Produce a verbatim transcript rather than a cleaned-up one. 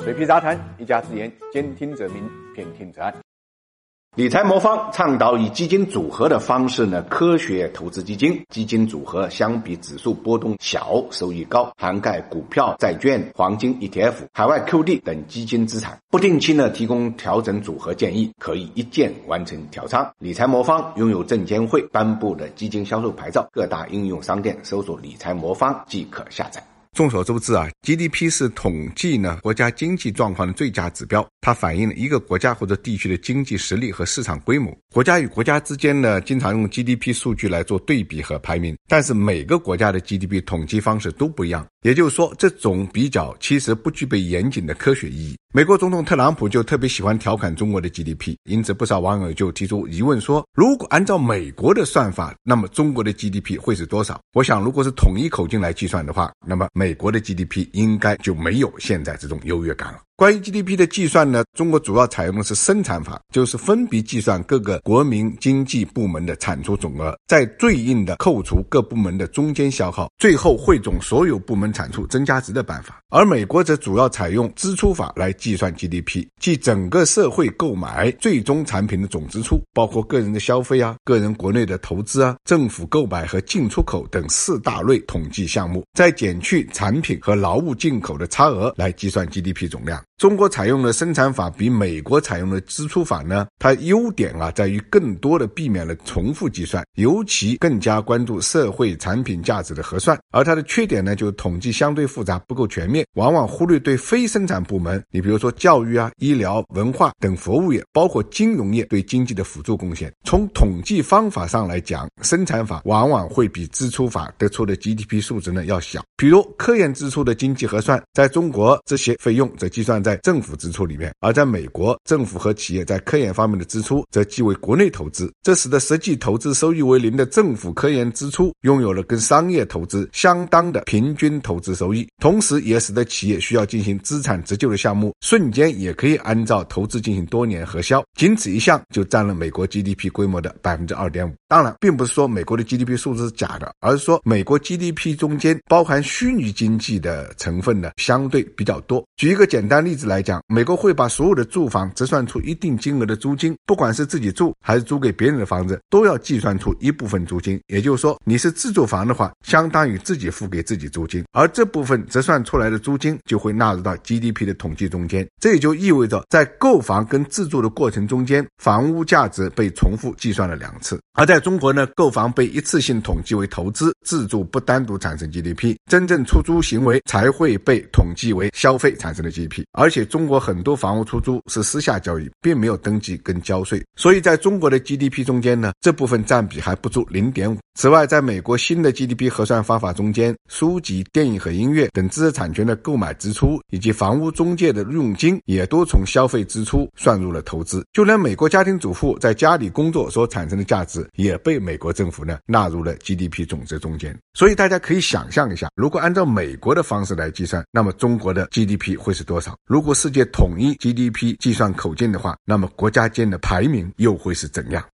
水皮杂谈，一家之言，兼听则明，偏听则暗。 理财魔方倡导以基金组合的方式呢，科学投资基金。基金组合相比指数波动小，收益高，涵盖股票、债券、黄金 E T F、海外 Q D 等基金资产。不定期呢提供调整组合建议，可以一键完成调仓。理财魔方拥有证监会颁布的基金销售牌照，各大应用商店搜索理财魔方即可下载。 众所周知啊 ，G D P 是统计呢国家经济状况的最佳指标，它反映了一个国家或者地区的经济实力和市场规模。国家与国家之间呢，经常用 G D P 数据来做对比和排名，但是每个国家的 G D P 统计方式都不一样，也就是说，这种比较其实不具备严谨的科学意义。美国总统特朗普就特别喜欢调侃中国的 G D P， 因此不少网友就提出疑问说，如果按照美国的算法，那么中国的 G D P 会是多少？我想如果是统一口径来计算的话，那么美国的 G D P 应该就没有现在这种优越感了。关于 G D P 的计算呢，中国主要采用的是生产法，就是分别计算各个国民经济部门的产出总额，再对应的扣除各部门的中间消耗，最后汇总所有部门产出增加值的办法。而美国则主要采用支出法来计算 G D P， 即整个社会购买最终产品的总支出，包括个人的消费啊、个人国内的投资啊、政府购买和进出口等四大类统计项目，再减去产品和劳务进口的差额来计算 G D P 总量。中国采用的生产法比美国采用的支出法呢，它优点啊在于更多的避免了重复计算，尤其更加关注社会产品价值的核算。而它的缺点呢，就是统计相对复杂，不够全面，往往忽略对非生产部门，你比如说教育啊、医疗、文化等服务业，包括金融业对经济的辅助贡献。从统计方法上来讲，生产法往往会比支出法得出的 G D P 数值呢要小。比如科研支出的经济核算，在中国这些费用则计算在政府支出里面，而在美国，政府和企业在科研方面的支出则计为国内投资，这使得实际投资收益为零的政府科研支出拥有了跟商业投资相当的平均投资收益，同时也使得企业需要进行资产折旧的项目瞬间也可以按照投资进行多年核销，仅此一项就占了美国 G D P 规模的 百分之二点五。 当然并不是说美国的 G D P 数字是假的，而是说美国 G D P 中间包含虚拟经济的成分呢相对比较多。举一个简单例子来讲，美国会把所有的住房折算出一定金额的租金，不管是自己住还是租给别人的房子，都要计算出一部分租金，也就是说你是自住房的话，相当于自己付给自己租金，而这部分折算出来的租金就会纳入到 G D P 的统计中间。这也就意味着在购房跟自住的过程中间，房屋价值被重复计算了两次。而在中国呢，购房被一次性统计为投资，自住不单独产生 G D P， 真正出租行为才会被统计为消费产生的 G D P。 而且中国很多房屋出租是私下交易，并没有登记跟交税，所以在中国的 G D P 中间呢，这部分占比还不足 零点五。 此外，在美国新的 G D P 核算方法中间，书籍、电影和音乐等知识产权的购买支出以及房屋中介的佣金也都从消费支出算入了投资，就连美国家庭主妇在家里工作所产生的价值也被美国政府呢纳入了 G D P 总值中间。所以大家可以想象一下，如果按照美国的方式来计算，那么中国的 G D P 会是多少？如果世界统一 G D P 计算口径的话，那么国家间的排名又会是怎样？